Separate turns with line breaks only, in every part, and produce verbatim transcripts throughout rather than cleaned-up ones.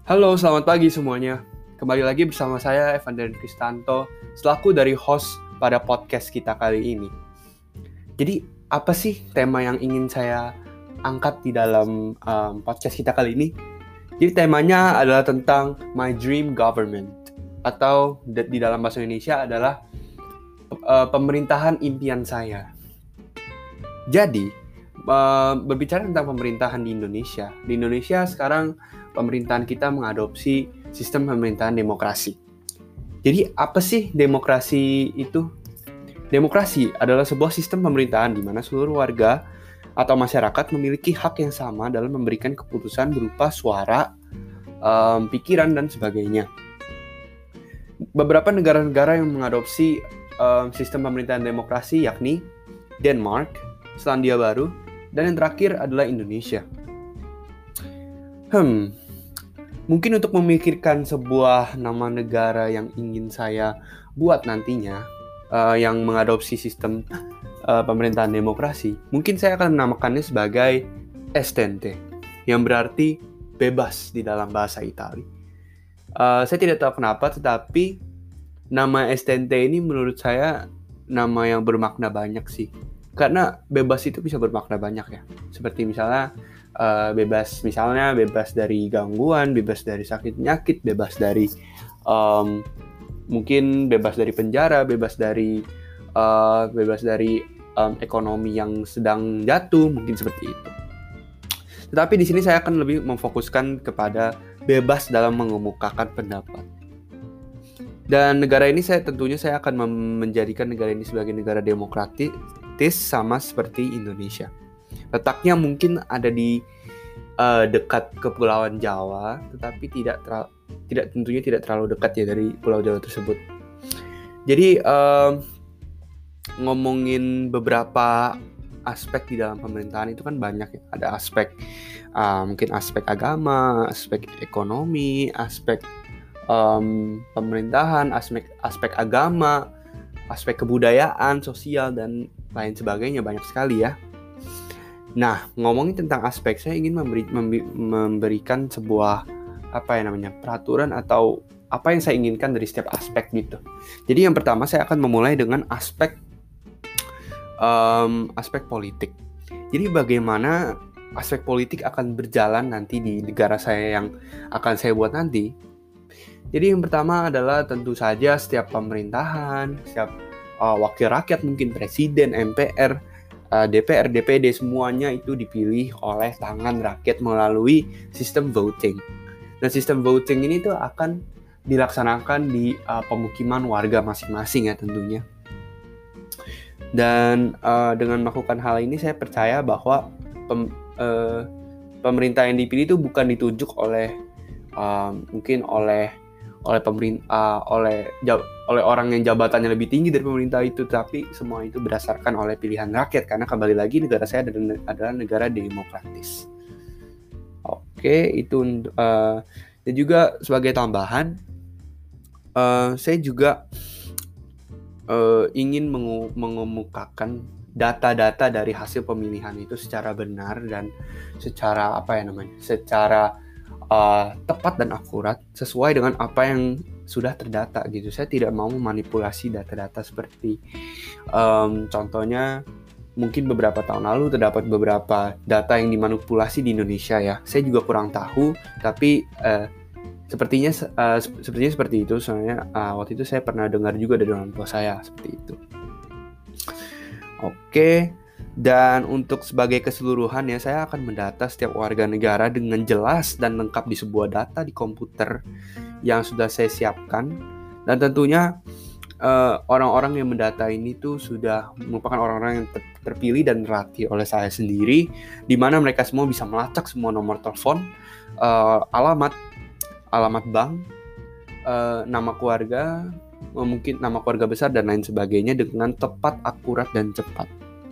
Halo, selamat pagi semuanya. Kembali lagi bersama saya, Evan dan Kristanto, selaku dari host pada podcast kita kali ini. Jadi, apa sih tema yang ingin saya angkat di dalam um, podcast kita kali ini? Jadi, temanya adalah tentang My Dream Government, atau di dalam bahasa Indonesia adalah uh, pemerintahan impian saya. Jadi, uh, berbicara tentang pemerintahan di Indonesia, di Indonesia sekarang pemerintahan kita mengadopsi sistem pemerintahan demokrasi. Jadi apa sih demokrasi itu? Demokrasi adalah sebuah sistem pemerintahan di mana seluruh warga atau masyarakat memiliki hak yang sama dalam memberikan keputusan berupa suara, um, pikiran, dan sebagainya. Beberapa negara-negara yang mengadopsi um, sistem pemerintahan demokrasi yakni Denmark, Selandia Baru, dan yang terakhir adalah Indonesia. Hmm, mungkin untuk memikirkan sebuah nama negara yang ingin saya buat nantinya, uh, yang mengadopsi sistem uh, pemerintahan demokrasi, mungkin saya akan menamakannya sebagai Estente, yang berarti bebas di dalam bahasa Italia. Uh, saya tidak tahu kenapa, tetapi nama Estente ini menurut saya nama yang bermakna banyak sih. Karena bebas itu bisa bermakna banyak ya. Seperti misalnya uh, bebas misalnya bebas dari gangguan, bebas dari sakit penyakit, bebas dari um, mungkin bebas dari penjara, bebas dari uh, bebas dari um, ekonomi yang sedang jatuh, mungkin seperti itu. Tetapi di sini saya akan lebih memfokuskan kepada bebas dalam mengemukakan pendapat. Dan negara ini saya tentunya saya akan menjadikan negara ini sebagai negara demokratis sama seperti Indonesia. Letaknya mungkin ada di uh, dekat Kepulauan Jawa, tetapi tidak ter- tidak tentunya tidak terlalu dekat ya dari Pulau Jawa tersebut. Jadi uh, ngomongin beberapa aspek di dalam pemerintahan itu kan banyak ya. Ada aspek uh, mungkin aspek agama, aspek ekonomi, aspek um, pemerintahan, aspek aspek agama, aspek kebudayaan, sosial, dan lain sebagainya, banyak sekali ya. Nah, ngomongin tentang aspek, saya ingin memberi, membi, memberikan sebuah apa ya namanya peraturan atau apa yang saya inginkan dari setiap aspek gitu. Jadi yang pertama saya akan memulai dengan aspek um, aspek politik. Jadi bagaimana aspek politik akan berjalan nanti di negara saya yang akan saya buat nanti. Jadi yang pertama adalah tentu saja setiap pemerintahan, setiap uh, wakil rakyat, mungkin presiden, M P R, uh, D P R, D P D, semuanya itu dipilih oleh tangan rakyat melalui sistem voting. Dan sistem voting ini tuh akan dilaksanakan di uh, pemukiman warga masing-masing ya tentunya. Dan uh, dengan melakukan hal ini saya percaya bahwa pem, uh, pemerintah yang dipilih itu bukan ditunjuk oleh uh, mungkin oleh oleh pemerintah uh, oleh jab, oleh orang yang jabatannya lebih tinggi dari pemerintah itu, tapi semua itu berdasarkan oleh pilihan rakyat, karena kembali lagi negara saya adalah negara demokratis. Oke, itu uh, dan juga sebagai tambahan uh, saya juga uh, ingin mengu- mengemukakan data-data dari hasil pemilihan itu secara benar dan secara apa ya namanya secara Uh, tepat dan akurat sesuai dengan apa yang sudah terdata gitu. Saya tidak mau memanipulasi data-data seperti um, contohnya mungkin beberapa tahun lalu terdapat beberapa data yang dimanipulasi di Indonesia ya. Saya juga kurang tahu, tapi uh, sepertinya uh, sepertinya seperti itu. Soalnya uh, waktu itu saya pernah dengar juga dari orang tua saya seperti itu. Oke. Okay. Dan untuk sebagai keseluruhan ya, saya akan mendata setiap warga negara dengan jelas dan lengkap di sebuah data di komputer yang sudah saya siapkan. Dan tentunya uh, orang-orang yang mendata ini tuh sudah merupakan orang-orang yang ter- terpilih dan terlatih oleh saya sendiri, di mana mereka semua bisa melacak semua nomor telepon, uh, alamat, alamat bank, uh, nama keluarga, mungkin nama keluarga besar dan lain sebagainya dengan tepat, akurat, dan cepat.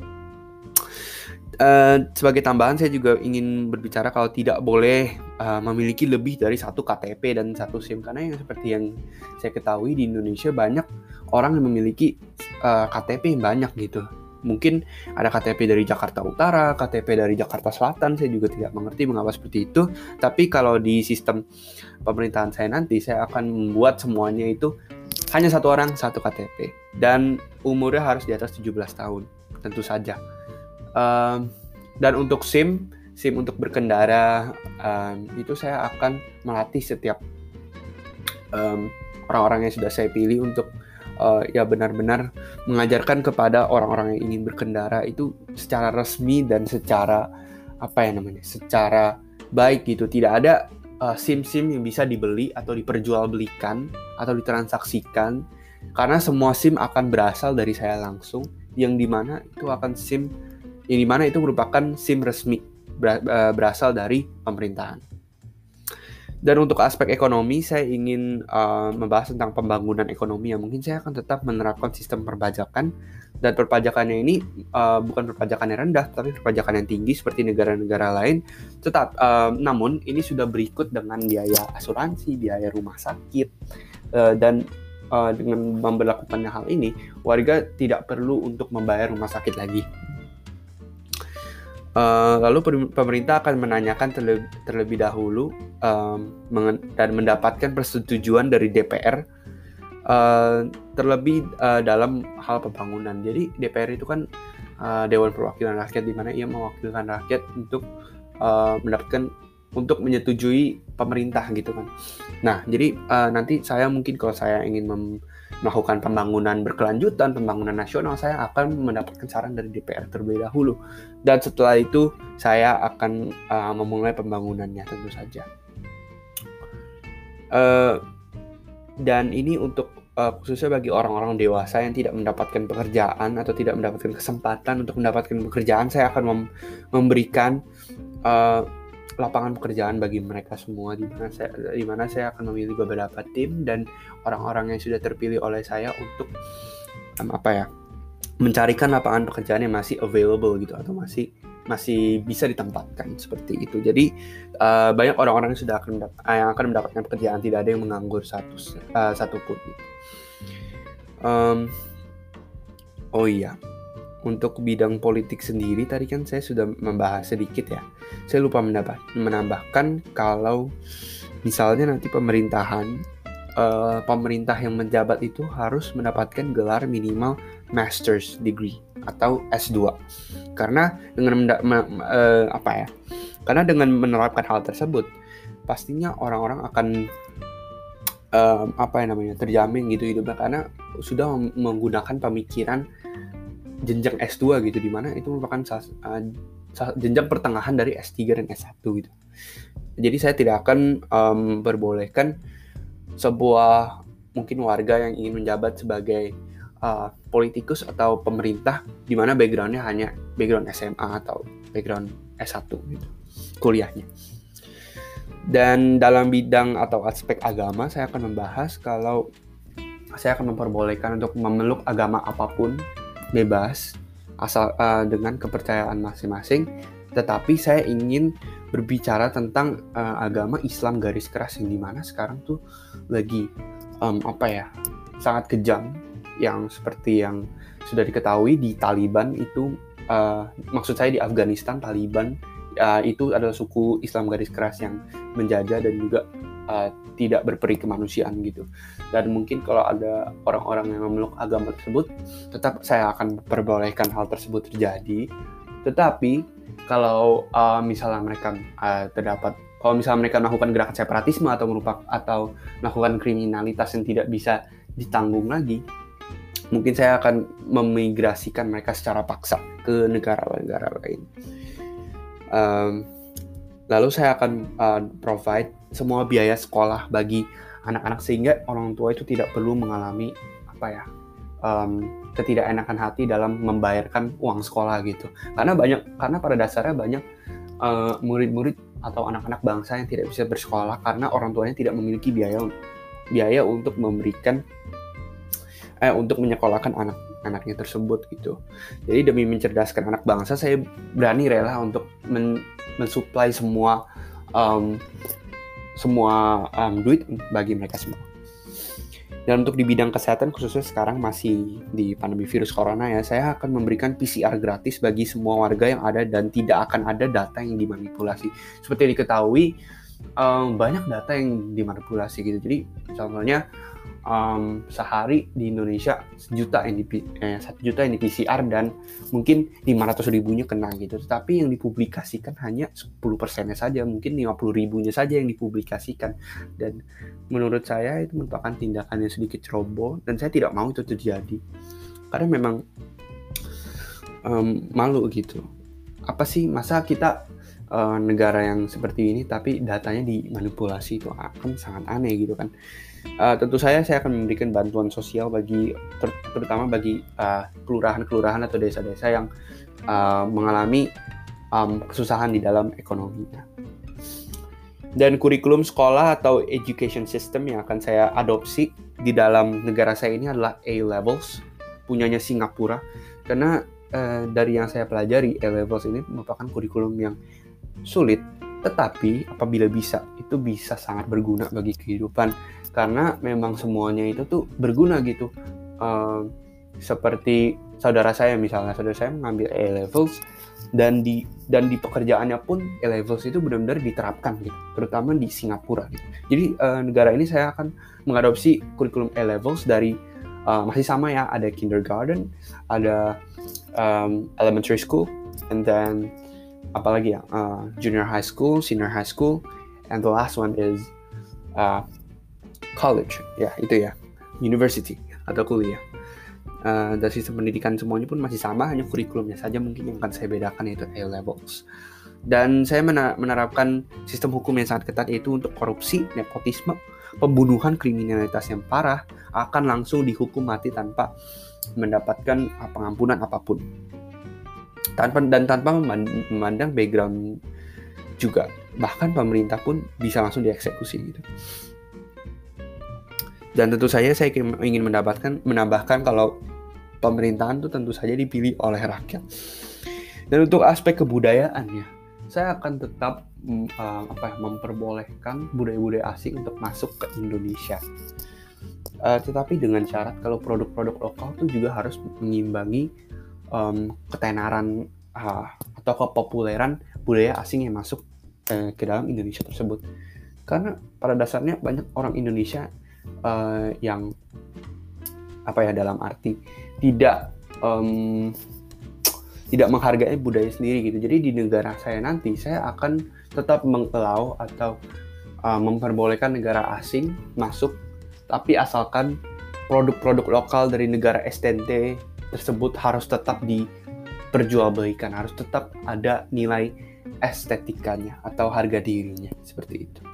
Uh, sebagai tambahan saya juga ingin berbicara kalau tidak boleh uh, memiliki lebih dari satu K T P dan satu SIM, karena yang seperti yang saya ketahui di Indonesia banyak orang yang memiliki uh, K T P yang banyak gitu. Mungkin ada K T P dari Jakarta Utara, K T P dari Jakarta Selatan, saya juga tidak mengerti mengapa seperti itu. Tapi kalau di sistem pemerintahan saya nanti, saya akan membuat semuanya itu hanya satu orang, satu K T P. Dan umurnya harus di atas tujuh belas tahun, tentu saja. Um, dan untuk SIM, SIM untuk berkendara, um, itu saya akan melatih setiap um, orang-orang yang sudah saya pilih untuk uh, ya benar-benar mengajarkan kepada orang-orang yang ingin berkendara itu secara resmi dan secara apa ya namanya, secara baik gitu. Tidak ada uh, SIM-SIM yang bisa dibeli atau diperjualbelikan atau ditransaksikan, karena semua SIM akan berasal dari saya langsung, yang dimana itu akan SIM, yang dimana itu merupakan SIM resmi berasal dari pemerintahan. Dan untuk aspek ekonomi, saya ingin uh, membahas tentang pembangunan ekonomi yang mungkin saya akan tetap menerapkan sistem perpajakan, dan perpajakannya ini uh, bukan perpajakan yang rendah, tapi perpajakan yang tinggi seperti negara-negara lain. Tetap, uh, namun ini sudah berikut dengan biaya asuransi, biaya rumah sakit, uh, dan uh, dengan memberlakukannya hal ini, warga tidak perlu untuk membayar rumah sakit lagi. Uh, lalu pemerintah akan menanyakan terlebih, terlebih dahulu um, mengen- dan mendapatkan persetujuan dari D P R uh, terlebih uh, dalam hal pembangunan. Jadi D P R itu kan uh, Dewan Perwakilan Rakyat, di mana ia mewakilkan rakyat untuk uh, mendapatkan untuk menyetujui pemerintah gitu kan. Nah, jadi uh, nanti saya mungkin kalau saya ingin mem- melakukan pembangunan berkelanjutan, pembangunan nasional, saya akan mendapatkan saran dari D P R terlebih dahulu. Dan setelah itu saya akan uh, memulai pembangunannya tentu saja. Uh, dan ini untuk uh, khususnya bagi orang-orang dewasa yang tidak mendapatkan pekerjaan atau tidak mendapatkan kesempatan untuk mendapatkan pekerjaan, saya akan mem- memberikan uh, lapangan pekerjaan bagi mereka semua, di mana saya di mana saya akan memilih beberapa tim dan orang-orang yang sudah terpilih oleh saya untuk um, apa ya mencarikan lapangan pekerjaan yang masih available gitu, atau masih masih bisa ditempatkan seperti itu. Jadi uh, banyak orang-orang yang sudah akan mendap- yang akan mendapatkan pekerjaan, tidak ada yang menganggur satu uh, satupun gitu. Um, oh iya. Untuk bidang politik sendiri, tadi kan saya sudah membahas sedikit ya. Saya lupa menambah, menambahkan kalau misalnya nanti pemerintahan, uh, pemerintah yang menjabat itu harus mendapatkan gelar minimal master's degree atau S dua. Karena dengan menda- me- uh, apa ya? Karena dengan menerapkan hal tersebut, pastinya orang-orang akan uh, apa ya namanya terjamin gitu hidupnya, karena sudah mem- menggunakan pemikiran jenjang S dua gitu, dimana itu merupakan uh, jenjang pertengahan dari S tiga dan S satu gitu. Jadi saya tidak akan um, perbolehkan sebuah mungkin warga yang ingin menjabat sebagai uh, politikus atau pemerintah, dimana backgroundnya hanya background S M A atau background S satu gitu kuliahnya. Dan dalam bidang atau aspek agama, saya akan membahas kalau saya akan memperbolehkan untuk memeluk agama apapun, bebas, asal uh, dengan kepercayaan masing-masing. Tetapi saya ingin berbicara tentang uh, agama Islam garis keras, yang dimana sekarang tuh lagi um, apa ya sangat kejam, yang seperti yang sudah diketahui di Taliban itu, uh, maksud saya di Afghanistan, Taliban uh, itu adalah suku Islam garis keras yang menjajah dan juga uh, tidak berperi kemanusiaan gitu. Dan mungkin kalau ada orang-orang yang memeluk agama tersebut, tetap saya akan perbolehkan hal tersebut terjadi. Tetapi kalau uh, misalnya mereka uh, terdapat, kalau misalnya mereka melakukan gerakan separatisme atau merupakan atau melakukan kriminalitas yang tidak bisa ditanggung lagi, mungkin saya akan memigrasikan mereka secara paksa ke negara-negara lain. Um, lalu saya akan uh, provide semua biaya sekolah bagi anak-anak, sehingga orang tua itu tidak perlu mengalami apa ya um, ketidakenakan hati dalam membayarkan uang sekolah gitu. Karena banyak, karena pada dasarnya banyak uh, murid-murid atau anak-anak bangsa yang tidak bisa bersekolah karena orang tuanya tidak memiliki biaya biaya untuk memberikan eh untuk menyekolahkan anak-anaknya tersebut gitu. Jadi demi mencerdaskan anak bangsa, saya berani rela untuk men- mensuplai semua um, semua um, duit bagi mereka semua. Dan untuk di bidang kesehatan khususnya sekarang masih di pandemi virus corona ya, saya akan memberikan P C R gratis bagi semua warga yang ada dan tidak akan ada data yang dimanipulasi. Seperti diketahui um, banyak data yang dimanipulasi gitu. Jadi contohnya um, sehari di Indonesia sejuta yang di eh, satu juta yang di P C R dan mungkin lima ratus ribunya kena gitu. Tetapi yang dipublikasikan hanya sepuluh persennya saja, mungkin lima puluh ribunya saja yang dipublikasikan. Dan menurut saya itu merupakan tindakan yang sedikit ceroboh dan saya tidak mau itu terjadi. Karena memang um, malu gitu. Apa sih masa kita uh, negara yang seperti ini tapi datanya dimanipulasi, itu akan sangat aneh gitu kan. Uh, tentu saya saya akan memberikan bantuan sosial bagi ter, terutama bagi uh, kelurahan-kelurahan atau desa-desa yang uh, mengalami um, kesusahan di dalam ekonominya. Dan kurikulum sekolah atau education system yang akan saya adopsi di dalam negara saya ini adalah A-levels, punyanya Singapura. Karena uh, dari yang saya pelajari, A-levels ini merupakan kurikulum yang sulit, tetapi apabila bisa, itu bisa sangat berguna bagi kehidupan. Karena memang semuanya itu tuh berguna gitu. Uh, seperti saudara saya misalnya, saudara saya mengambil A-levels dan di dan di pekerjaannya pun A-levels itu benar-benar diterapkan gitu, terutama di Singapura gitu. Jadi uh, negara ini saya akan mengadopsi kurikulum A-levels dari uh, masih sama ya, ada kindergarten, ada um, elementary school, and then apalagi ya, uh, junior high school, senior high school, and the last one is uh, college, ya itu ya, university atau kuliah. Uh, dari sistem pendidikan semuanya pun masih sama, hanya kurikulumnya saja mungkin yang akan saya bedakan, yaitu A-levels. Dan saya menerapkan sistem hukum yang sangat ketat, yaitu untuk korupsi, nepotisme, pembunuhan, kriminalitas yang parah akan langsung dihukum mati tanpa mendapatkan pengampunan apapun, tanpa dan tanpa memandang background juga. Bahkan pemerintah pun bisa langsung dieksekusi gitu. Dan tentu saja saya ingin mendapatkan menambahkan kalau pemerintahan itu tentu saja dipilih oleh rakyat. Dan untuk aspek kebudayaannya, saya akan tetap uh, apa memperbolehkan budaya-budaya asing untuk masuk ke Indonesia. Uh, tetapi dengan syarat kalau produk-produk lokal itu juga harus mengimbangi um, ketenaran uh, atau kepopuleran budaya asing yang masuk uh, ke dalam Indonesia tersebut. Karena pada dasarnya banyak orang Indonesia Uh, yang apa ya, dalam arti tidak um, tidak menghargai budaya sendiri gitu. Jadi di negara saya nanti saya akan tetap mengelau atau uh, memperbolehkan negara asing masuk, tapi asalkan produk-produk lokal dari negara S T N T tersebut harus tetap diperjualbelikan, harus tetap ada nilai estetikanya atau harga dirinya, seperti itu.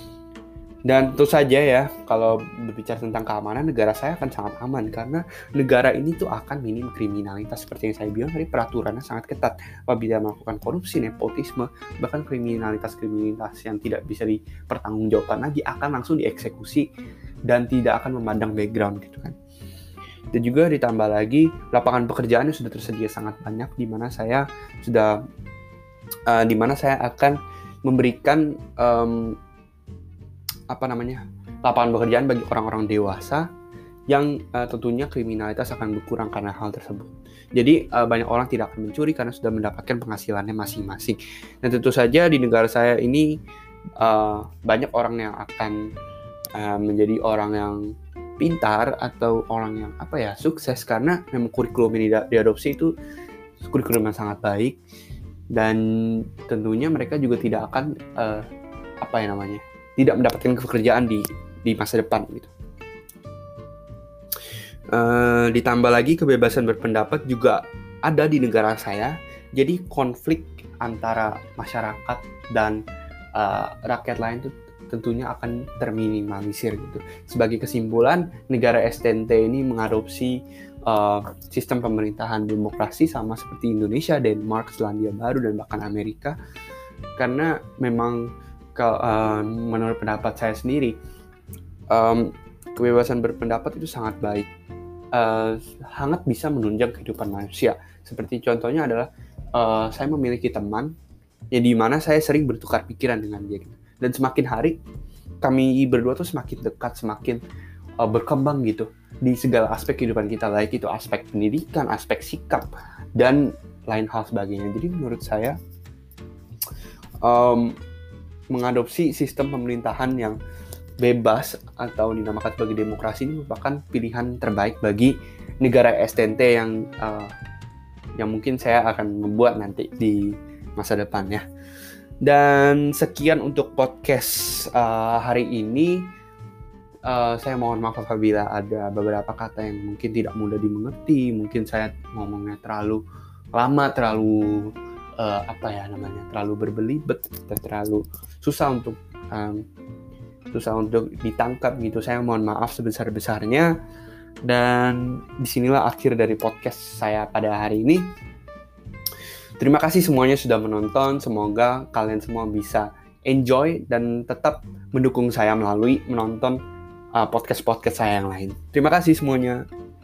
Dan tentu saja ya, kalau berbicara tentang keamanan, negara saya akan sangat aman karena negara ini tuh akan minim kriminalitas. Seperti yang saya bilang tadi, peraturannya sangat ketat. Apabila melakukan korupsi, nepotisme, bahkan kriminalitas-kriminalitas yang tidak bisa dipertanggungjawabkan lagi akan langsung dieksekusi dan tidak akan memandang background gitu kan. Dan juga ditambah lagi lapangan pekerjaan yang sudah tersedia sangat banyak, di mana saya sudah uh, di mana saya akan memberikan um, apa namanya lapangan pekerjaan bagi orang-orang dewasa yang uh, tentunya kriminalitas akan berkurang karena hal tersebut. Jadi uh, banyak orang tidak akan mencuri karena sudah mendapatkan penghasilannya masing-masing. Dan tentu saja di negara saya ini uh, banyak orang yang akan uh, menjadi orang yang pintar atau orang yang apa ya sukses karena memang kurikulum ini diadopsi itu kurikulum yang sangat baik, dan tentunya mereka juga tidak akan uh, apa ya namanya tidak mendapatkan pekerjaan di di masa depan gitu. Uh, ditambah lagi kebebasan berpendapat juga ada di negara saya. Jadi konflik antara masyarakat dan uh, rakyat lain itu tentunya akan terminimalisir gitu. Sebagai kesimpulan, negara S T N T ini mengadopsi uh, sistem pemerintahan demokrasi sama seperti Indonesia, Denmark, Selandia Baru, dan bahkan Amerika. Karena memang Kalau, uh, menurut pendapat saya sendiri, um, kebebasan berpendapat itu sangat baik, uh, sangat bisa menunjang kehidupan manusia. Seperti contohnya adalah uh, saya memiliki teman yang di mana saya sering bertukar pikiran dengan dia, dan semakin hari kami berdua tuh semakin dekat, semakin uh, berkembang gitu di segala aspek kehidupan kita, baik itu aspek pendidikan, aspek sikap, dan lain hal sebagainya. Jadi menurut saya um, mengadopsi sistem pemerintahan yang bebas atau dinamakan sebagai demokrasi ini merupakan pilihan terbaik bagi negara S T N T yang uh, yang mungkin saya akan membuat nanti di masa depan ya. Dan sekian untuk podcast uh, hari ini. Uh, saya mohon maaf apabila ada beberapa kata yang mungkin tidak mudah dimengerti, mungkin saya ngomongnya terlalu lama, terlalu uh, apa ya namanya, terlalu berbelibet, terlalu susah untuk um, susah untuk ditangkap gitu. Saya mohon maaf sebesar-besarnya. Dan disinilah akhir dari podcast saya pada hari ini. Terima kasih semuanya sudah menonton. Semoga kalian semua bisa enjoy dan tetap mendukung saya melalui menonton uh, podcast-podcast saya yang lain. Terima kasih semuanya.